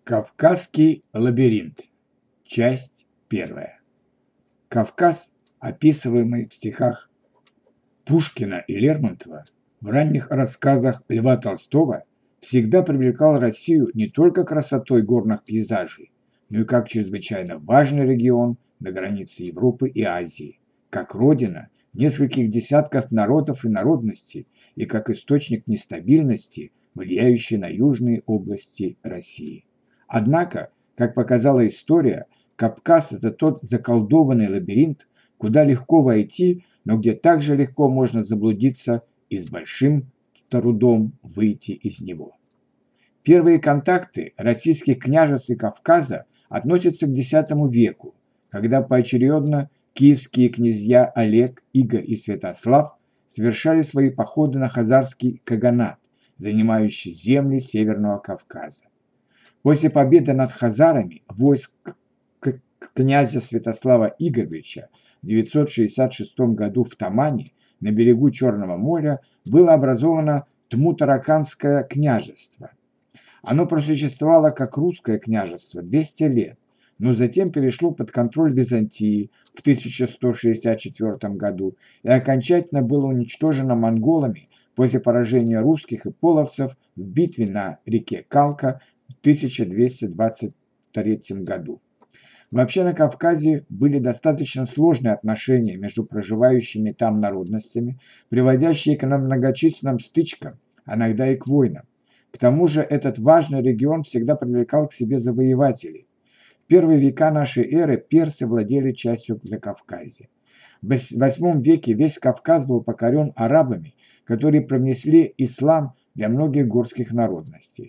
Кавказский лабиринт. Часть первая. Кавказ, описываемый в стихах Пушкина и Лермонтова, в ранних рассказах Льва Толстого, всегда привлекал Россию не только красотой горных пейзажей, но и как чрезвычайно важный регион на границе Европы и Азии, как родина нескольких десятков народов и народностей и как источник нестабильности, влияющий на южные области России. Однако, как показала история, Кавказ – это тот заколдованный лабиринт, куда легко войти, но где также легко можно заблудиться и с большим трудом выйти из него. Первые контакты российских княжеств и Кавказа относятся к X веку, когда поочередно киевские князья Олег, Игорь и Святослав совершали свои походы на хазарский каганат, занимающий земли Северного Кавказа. После победы над хазарами войск князя Святослава Игоревича в 966 году в Тамане на берегу Черного моря было образовано Тмутараканское княжество. Оно просуществовало как русское княжество 200 лет, но затем перешло под контроль Византии в 1164 году и окончательно было уничтожено монголами после поражения русских и половцев в битве на реке Калка в 1223 году. Вообще на Кавказе были достаточно сложные отношения между проживающими там народностями, приводящие к многочисленным стычкам, а иногда и к войнам. К тому же этот важный регион всегда привлекал к себе завоевателей. В первые века нашей эры персы владели частью Закавказья. В VIII веке весь Кавказ был покорен арабами, которые привнесли ислам для многих горских народностей.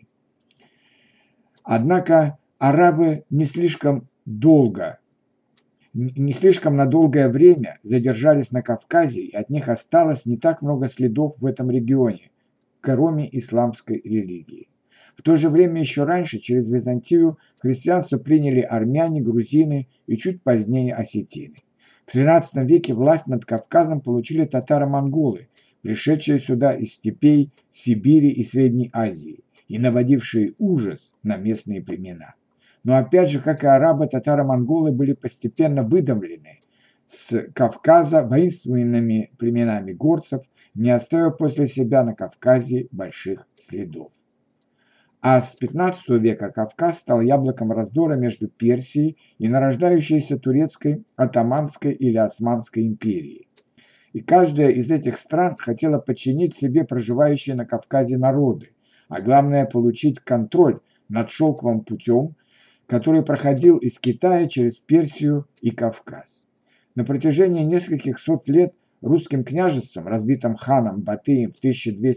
Однако арабы не слишком на долгое время задержались на Кавказе, и от них осталось не так много следов в этом регионе, кроме исламской религии. В то же время еще раньше через Византию христианство приняли армяне, грузины и чуть позднее осетины. В XIII веке власть над Кавказом получили татаро-монголы, пришедшие сюда из степей Сибири и Средней Азии и наводившие ужас на местные племена. Но опять же, как и арабы, татаро-монголы были постепенно выдавлены с Кавказа воинственными племенами горцев, не оставив после себя на Кавказе больших следов. А с XV века Кавказ стал яблоком раздора между Персией и нарождающейся турецкой, атаманской или османской империей. И каждая из этих стран хотела подчинить себе проживающие на Кавказе народы, а главное получить контроль над шелковым путем, который проходил из Китая через Персию и Кавказ. На протяжении нескольких сот лет русским княжеством, разбитым ханом Батыем в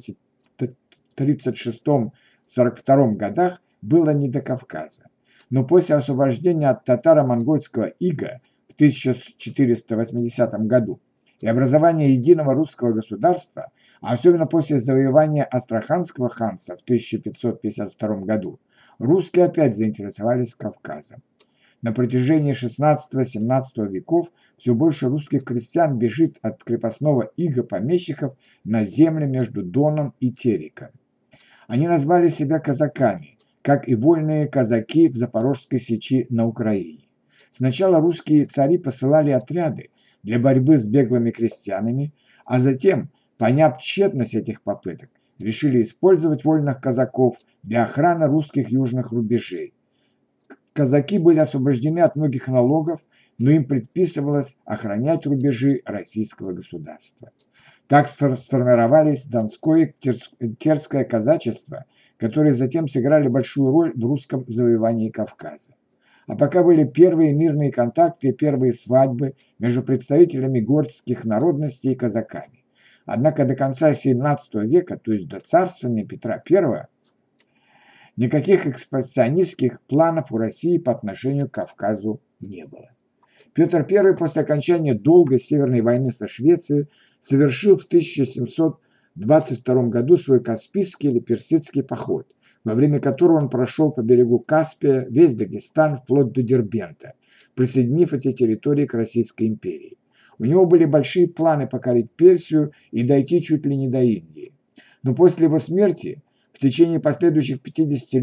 1236-42 годах, было не до Кавказа. Но после освобождения от татаро-монгольского ига в 1480 году и образования единого русского государства, а особенно после завоевания Астраханского ханства в 1552 году, русские опять заинтересовались Кавказом. На протяжении XVI-XVII веков все больше русских крестьян бежит от крепостного ига помещиков на земли между Доном и Тереком. Они назвали себя казаками, как и вольные казаки в Запорожской сечи на Украине. Сначала русские цари посылали отряды для борьбы с беглыми крестьянами, а затем, поняв тщетность этих попыток, решили использовать вольных казаков для охраны русских южных рубежей. Казаки были освобождены от многих налогов, но им предписывалось охранять рубежи российского государства. Так сформировались Донское и Терское казачество, которые затем сыграли большую роль в русском завоевании Кавказа. А пока были первые мирные контакты и первые свадьбы между представителями горских народностей и казаками. Однако до конца XVII века, то есть до царствования Петра I, никаких экспансионистских планов у России по отношению к Кавказу не было. Петр I после окончания долгой Северной войны со Швецией совершил в 1722 году свой Каспийский или Персидский поход, во время которого он прошел по берегу Каспия весь Дагестан вплоть до Дербента, присоединив эти территории к Российской империи. У него были большие планы покорить Персию и дойти чуть ли не до Индии. Но после его смерти в течение последующих 50 лет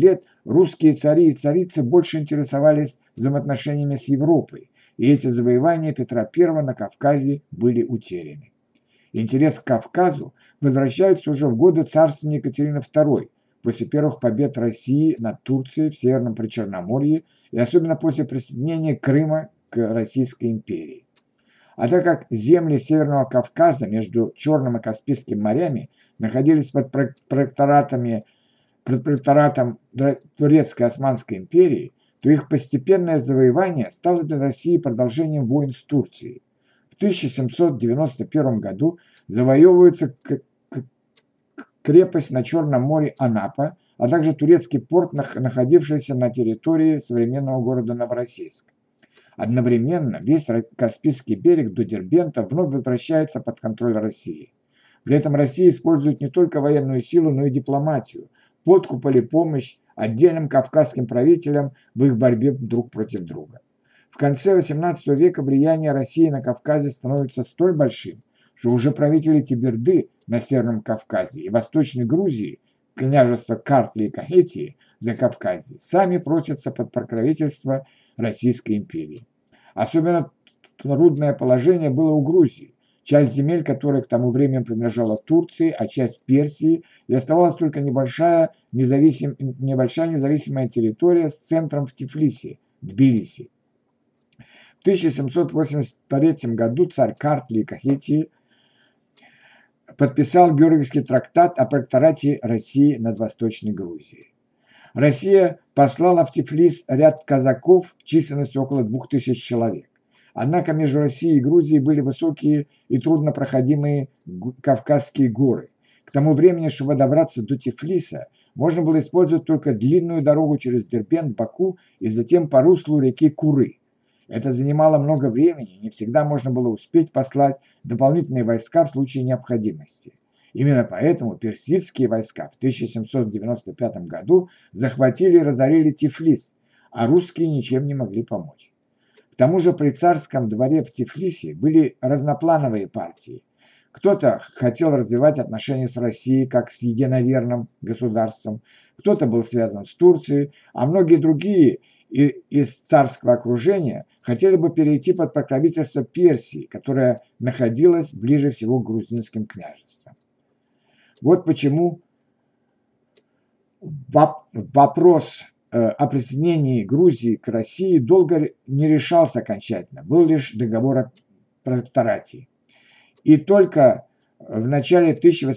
русские цари и царицы больше интересовались взаимоотношениями с Европой, и эти завоевания Петра I на Кавказе были утеряны. Интерес к Кавказу возвращается уже в годы царствования Екатерины II, после первых побед России над Турцией в Северном Причерноморье и особенно после присоединения Крыма к Российской империи. А так как земли Северного Кавказа между Черным и Каспийским морями находились под протекторатом Турецкой Османской империи, то их постепенное завоевание стало для России продолжением войн с Турцией. В 1791 году завоевывается крепость на Черном море Анапа, а также турецкий порт, находившийся на территории современного города Новороссийск. Одновременно весь Каспийский берег до Дербента вновь возвращается под контроль России. При этом Россия использует не только военную силу, но и дипломатию, подкуп или помощь отдельным кавказским правителям в их борьбе друг против друга. В конце XVIII века влияние России на Кавказе становится столь большим, что уже правители Теберды на Северном Кавказе и Восточной Грузии, княжества Картли и Кахетии в Закавказье, сами просятся под покровительство Российской империи. Особенно трудное положение было у Грузии, часть земель которой к тому времени принадлежала Турции, а часть Персии, и оставалась только небольшая независимая территория с центром в Тифлисе, Тбилиси. В 1783 году царь Картли и Кахетии подписал Георгиевский трактат о протекторате России над Восточной Грузией. Россия послала в Тифлис ряд казаков численностью около 2000 человек. Однако между Россией и Грузией были высокие и труднопроходимые Кавказские горы. К тому времени, чтобы добраться до Тифлиса, можно было использовать только длинную дорогу через Дербент, Баку и затем по руслу реки Куры. Это занимало много времени, и не всегда можно было успеть послать дополнительные войска в случае необходимости. Именно поэтому персидские войска в 1795 году захватили и разорили Тифлис, а русские ничем не могли помочь. К тому же при царском дворе в Тифлисе были разноплановые партии. Кто-то хотел развивать отношения с Россией как с единоверным государством, кто-то был связан с Турцией, а многие другие из царского окружения хотели бы перейти под покровительство Персии, которая находилась ближе всего к грузинским княжествам. Вот почему вопрос о присоединении Грузии к России долго не решался окончательно, был лишь договор о протекторате. И только в начале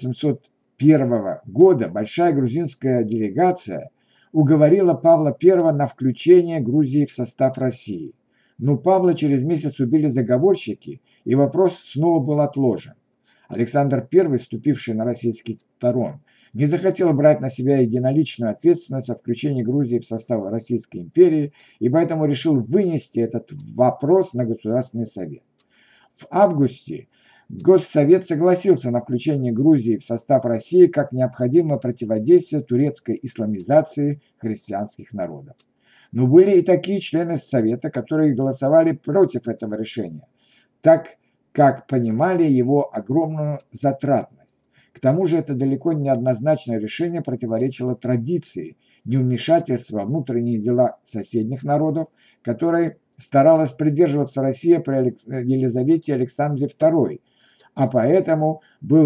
1801 года большая грузинская делегация уговорила Павла I на включение Грузии в состав России. Но Павла через месяц убили заговорщики, и вопрос снова был отложен. Александр I, вступивший на российский трон, не захотел брать на себя единоличную ответственность о включении Грузии в состав Российской империи, и поэтому решил вынести этот вопрос на Государственный совет. В августе Госсовет согласился на включение Грузии в состав России как необходимое противодействие турецкой исламизации христианских народов. Но были и такие члены Совета, которые голосовали против этого решения, так как понимали его огромную затратность. К тому же это далеко не однозначное решение противоречило традиции невмешательства во внутренние дела соседних народов, которой старалась придерживаться Россия при Елизавете Александре II, а поэтому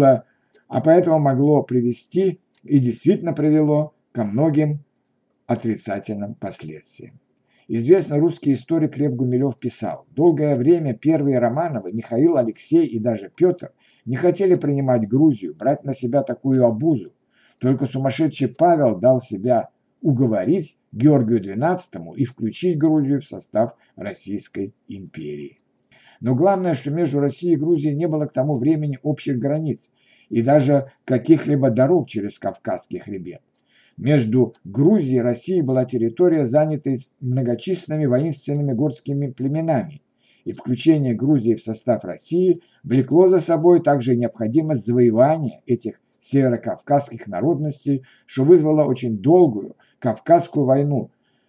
могло привести и действительно привело ко многим отрицательным последствиям. Известный русский историк Лев Гумилев писал: «Долгое время первые Романовы, Михаил, Алексей и даже Петр не хотели принимать Грузию, брать на себя такую обузу. Только сумасшедший Павел дал себя уговорить Георгию XII и включить Грузию в состав Российской империи». Но главное, что между Россией и Грузией не было к тому времени общих границ и даже каких-либо дорог через Кавказский хребет. Между Грузией и Россией была территория, занятая многочисленными воинственными горскими племенами, и включение Грузии в состав России влекло за собой также необходимость завоевания этих северокавказских народностей, что вызвало очень долгую Кавказскую войну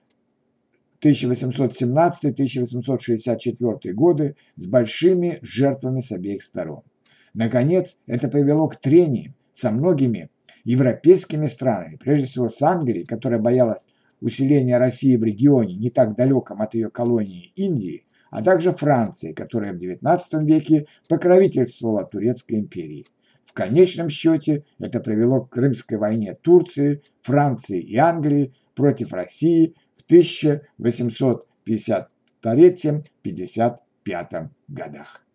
1817-1864 годы с большими жертвами с обеих сторон. Наконец, это привело к трениям со многими европейскими странами, прежде всего с Англией, которая боялась усиление России в регионе, не так далеком от ее колонии Индии, а также Франции, которая в XIX веке покровительствовала Турецкой империи. В конечном счете это привело к Крымской войне Турции, Франции и Англии против России в 1853-55 годах.